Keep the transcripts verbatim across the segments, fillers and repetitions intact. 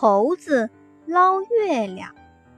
猴子捞月亮。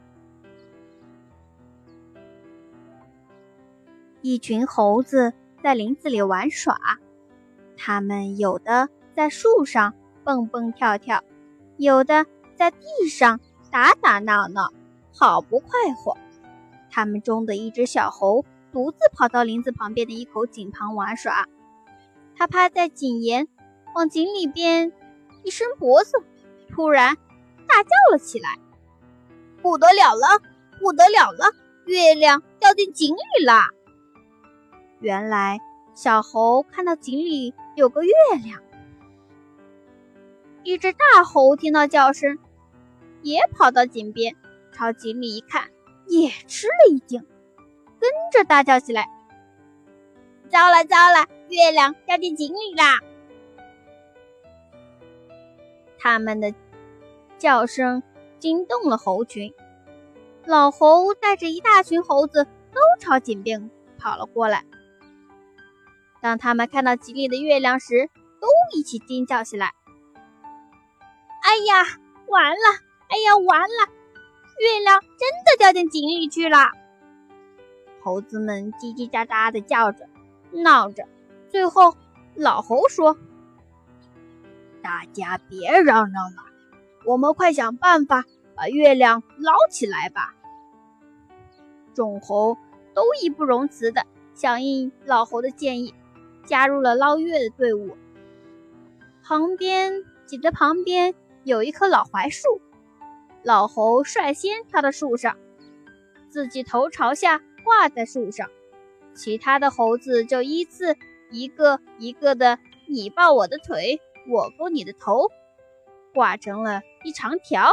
一群猴子在林子里玩耍，它们有的在树上蹦蹦跳跳，有的在地上打打闹闹，好不快活。它们中的一只小猴独自跑到林子旁边的一口井旁玩耍，它趴在井沿，往井里边一伸脖子，突然大叫了起来：不得了了，不得了了，月亮掉进井里啦！原来小猴看到井里有个月亮。一只大猴听到叫声，也跑到井边，朝井里一看，也吃了一惊，跟着大叫起来：糟了糟了，月亮掉进井里啦！他们的叫声惊动了猴群，老猴带着一大群猴子都朝井边跑了过来。当他们看到井里的月亮时，都一起惊叫起来：哎呀，完了！哎呀，完了！月亮真的掉进井里去了！猴子们叽叽喳喳地叫着，闹着。最后，老猴说：大家别嚷嚷了，我们快想办法把月亮捞起来吧。众猴都义不容辞地响应老猴的建议，加入了捞月的队伍。旁边井的旁边有一棵老槐树，老猴率先跳到树上，自己头朝下挂在树上，其他的猴子就依次一个一个的你抱我的腿，我勾你的头，挂成了一长条，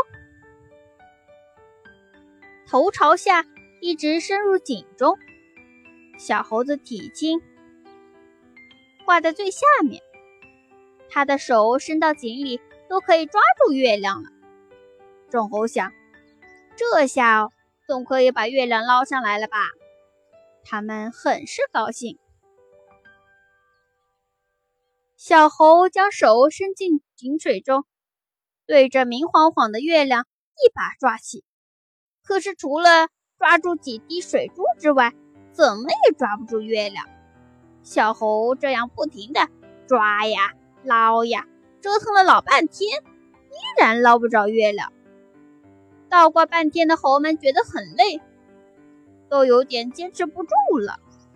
头朝下一直深入井中。小猴子体轻，挂在最下面，他的手伸到井里都可以抓住月亮了。众猴想，这下总可以把月亮捞上来了吧？他们很是高兴。小猴将手伸进井水中，对着明晃晃的月亮一把抓起，可是除了抓住几滴水珠之外，怎么也抓不住月亮。小猴这样不停地抓呀捞呀，折腾了老半天，依然捞不着月亮。倒挂半天的猴们觉得很累，都有点坚持不住了。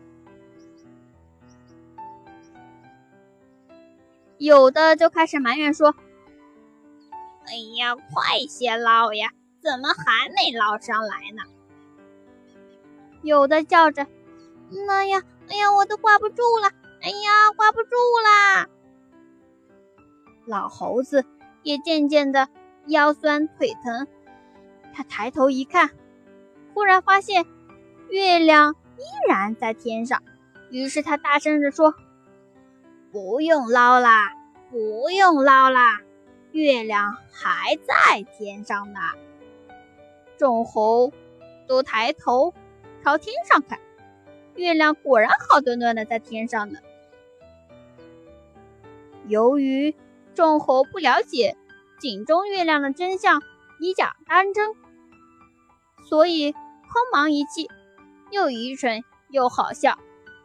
有的就开始埋怨说：哎呀，快些捞呀，怎么还没捞上来呢？有的叫着：哎呀，哎呀，我都挂不住了，哎呀，挂不住啦！老猴子也渐渐的腰酸腿疼，他抬头一看，忽然发现月亮依然在天上，于是他大声地说：不用捞啦，不用捞啦，月亮还在天上呢。众猴都抬头朝天上看，月亮果然好端端的在天上呢。由于众猴不了解井中月亮的真相，以假当真，所以慌忙一气，又愚蠢又好笑。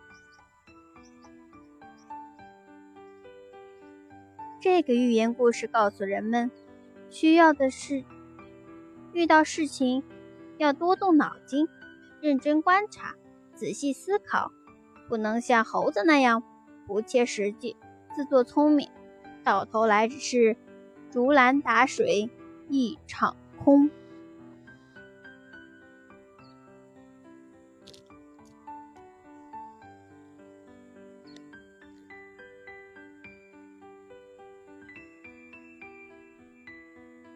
这个寓言故事告诉人们，需要的是遇到事情要多动脑筋，认真观察，仔细思考，不能像猴子那样不切实际，自作聪明，到头来只是竹篮打水一场空。